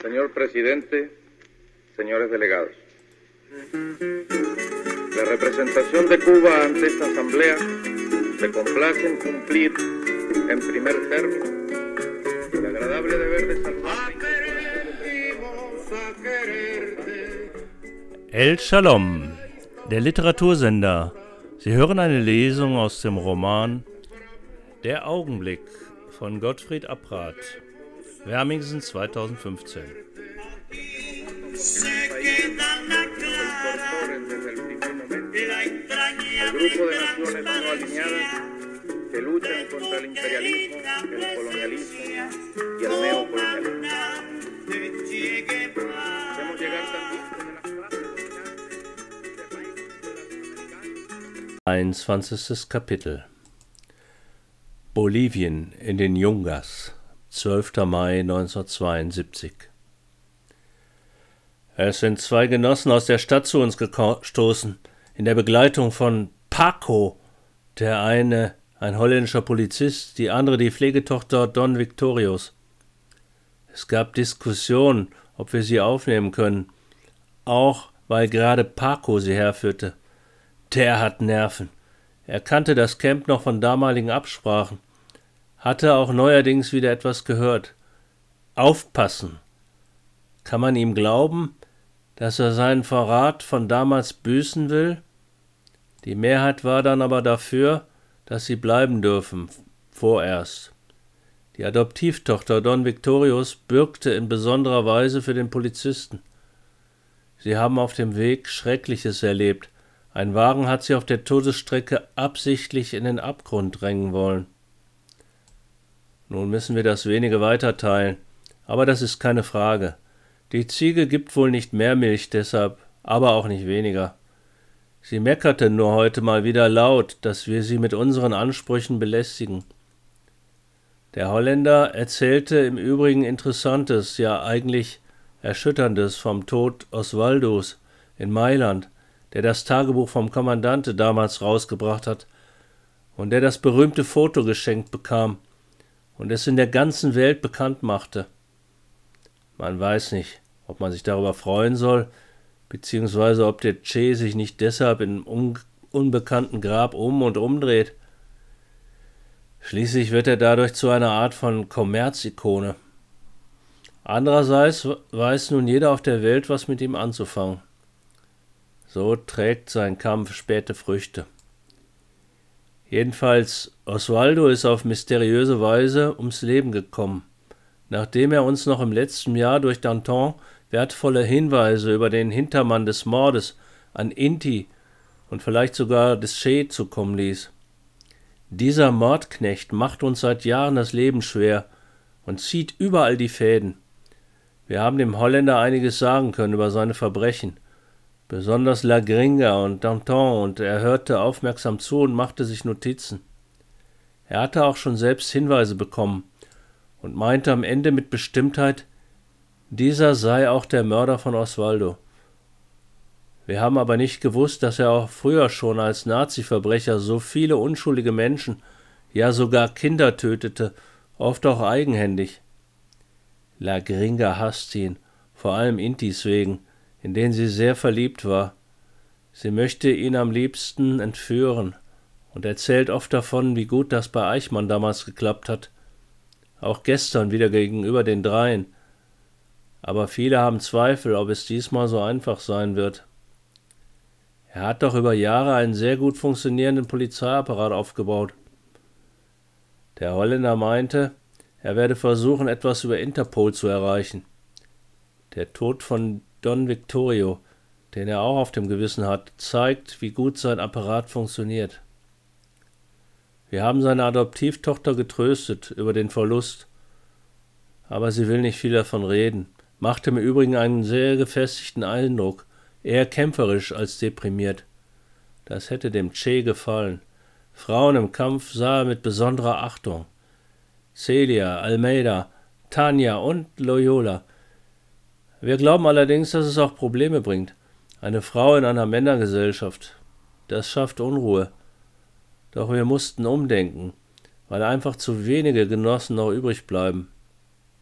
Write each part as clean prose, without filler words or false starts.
Señor presidente, señores delegados. La representación de Cuba ante esta asamblea se complace en cumplir en primer término el agradable deber de salvar. El Shalom, der Literatursender. Sie hören eine Lesung aus dem Roman Der Augenblick von Gottfried Abrath, Wermingsen 2015. El grupo de naciones no alineadas que luchan contra el imperialismo, el colonialismo y el neocolonialismo. Hacemos llegar también desde las clases 21. Kapitel. Bolivien in den Yungas, 12. Mai 1972. Es sind zwei Genossen aus der Stadt zu uns gestoßen, in der Begleitung von Paco, der eine ein holländischer Polizist, die andere die Pflegetochter Don Victorios. Es gab Diskussionen, ob wir sie aufnehmen können, auch weil gerade Paco sie herführte. Der hat Nerven. Er kannte das Camp noch von damaligen Absprachen, hatte auch neuerdings wieder etwas gehört. Aufpassen! Kann man ihm glauben, dass er seinen Verrat von damals büßen will? Die Mehrheit war dann aber dafür, dass sie bleiben dürfen, vorerst. Die Adoptivtochter Don Victorios bürgte in besonderer Weise für den Polizisten. Sie haben auf dem Weg Schreckliches erlebt. Ein Wagen hat sie auf der Todesstrecke absichtlich in den Abgrund drängen wollen. Nun müssen wir das wenige weiterteilen, aber das ist keine Frage. Die Ziege gibt wohl nicht mehr Milch deshalb, aber auch nicht weniger. Sie meckerte nur heute mal wieder laut, dass wir sie mit unseren Ansprüchen belästigen. Der Holländer erzählte im Übrigen Interessantes, ja eigentlich Erschütterndes vom Tod Osvaldos in Mailand, der das Tagebuch vom Kommandante damals rausgebracht hat und der das berühmte Foto geschenkt bekam und es in der ganzen Welt bekannt machte. Man weiß nicht, ob man sich darüber freuen soll, beziehungsweise ob der Che sich nicht deshalb im unbekannten Grab um und umdreht. Schließlich wird er dadurch zu einer Art von Kommerzikone. Andererseits weiß nun jeder auf der Welt, was mit ihm anzufangen. So trägt sein Kampf späte Früchte. Jedenfalls, Osvaldo ist auf mysteriöse Weise ums Leben gekommen, nachdem er uns noch im letzten Jahr durch Danton wertvolle Hinweise über den Hintermann des Mordes an Inti und vielleicht sogar des Che zukommen ließ. Dieser Mordknecht macht uns seit Jahren das Leben schwer und zieht überall die Fäden. Wir haben dem Holländer einiges sagen können über seine Verbrechen, besonders La Gringa und Danton, und er hörte aufmerksam zu und machte sich Notizen. Er hatte auch schon selbst Hinweise bekommen und meinte am Ende mit Bestimmtheit, dieser sei auch der Mörder von Osvaldo. Wir haben aber nicht gewusst, dass er auch früher schon als Nazi-Verbrecher so viele unschuldige Menschen, ja sogar Kinder tötete, oft auch eigenhändig. La Gringa hasst ihn, vor allem Intis wegen, in den sie sehr verliebt war. Sie möchte ihn am liebsten entführen und erzählt oft davon, wie gut das bei Eichmann damals geklappt hat. Auch gestern wieder gegenüber den dreien. Aber viele haben Zweifel, ob es diesmal so einfach sein wird. Er hat doch über Jahre einen sehr gut funktionierenden Polizeiapparat aufgebaut. Der Holländer meinte, er werde versuchen, etwas über Interpol zu erreichen. Der Tod von Don Victorio, den er auch auf dem Gewissen hat, zeigt, wie gut sein Apparat funktioniert. Wir haben seine Adoptivtochter getröstet über den Verlust, aber sie will nicht viel davon reden, machte im Übrigen einen sehr gefestigten Eindruck, eher kämpferisch als deprimiert. Das hätte dem Che gefallen. Frauen im Kampf sah er mit besonderer Achtung. Celia, Almeida, Tanja und Loyola. Wir glauben allerdings, dass es auch Probleme bringt. Eine Frau in einer Männergesellschaft. Das schafft Unruhe. Doch wir mussten umdenken, weil einfach zu wenige Genossen noch übrig bleiben.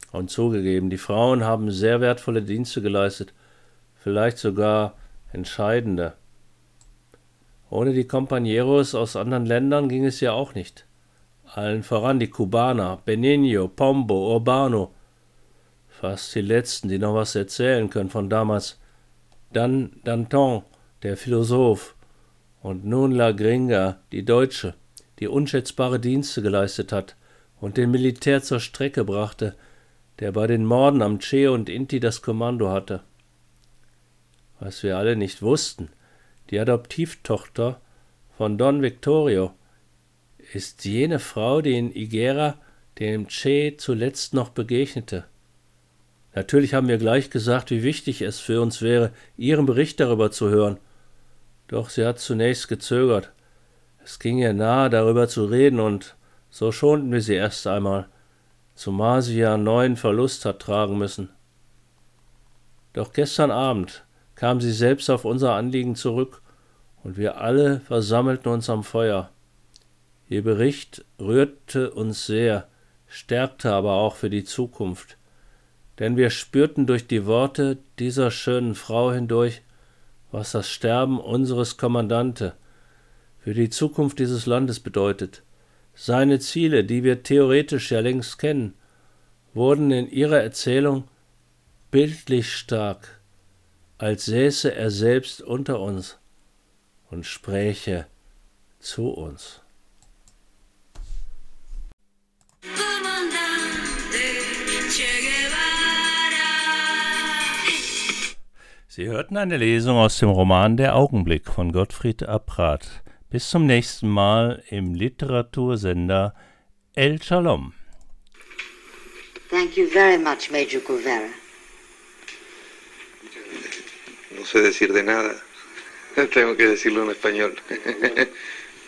Und zugegeben, die Frauen haben sehr wertvolle Dienste geleistet, vielleicht sogar entscheidende. Ohne die Compañeros aus anderen Ländern ging es ja auch nicht. Allen voran die Kubaner, Benigno, Pombo, Urbano. Fast die letzten, die noch was erzählen können von damals. Dann Danton, der Philosoph. Und nun La Gringa, die Deutsche, die unschätzbare Dienste geleistet hat und den Militär zur Strecke brachte, der bei den Morden am Che und Inti das Kommando hatte. Was wir alle nicht wussten, die Adoptivtochter von Don Victorio ist jene Frau, die in Higuera dem Che zuletzt noch begegnete. Natürlich haben wir gleich gesagt, wie wichtig es für uns wäre, ihren Bericht darüber zu hören. Doch sie hat zunächst gezögert. Es ging ihr nahe, darüber zu reden, und so schonten wir sie erst einmal, zumal sie ja einen neuen Verlust hat tragen müssen. Doch gestern Abend kam sie selbst auf unser Anliegen zurück, und wir alle versammelten uns am Feuer. Ihr Bericht rührte uns sehr, stärkte aber auch für die Zukunft, denn wir spürten durch die Worte dieser schönen Frau hindurch, was das Sterben unseres Kommandante für die Zukunft dieses Landes bedeutet. Seine Ziele, die wir theoretisch ja längst kennen, wurden in ihrer Erzählung bildlich stark, als säße er selbst unter uns und spräche zu uns. Sie hörten eine Lesung aus dem Roman Der Augenblick von Gottfried Apprat. Bis zum nächsten Mal im Literatursender El Shalom. Thank you very much, Major Guevara. No sé decir de nada. Tengo que decirlo en español.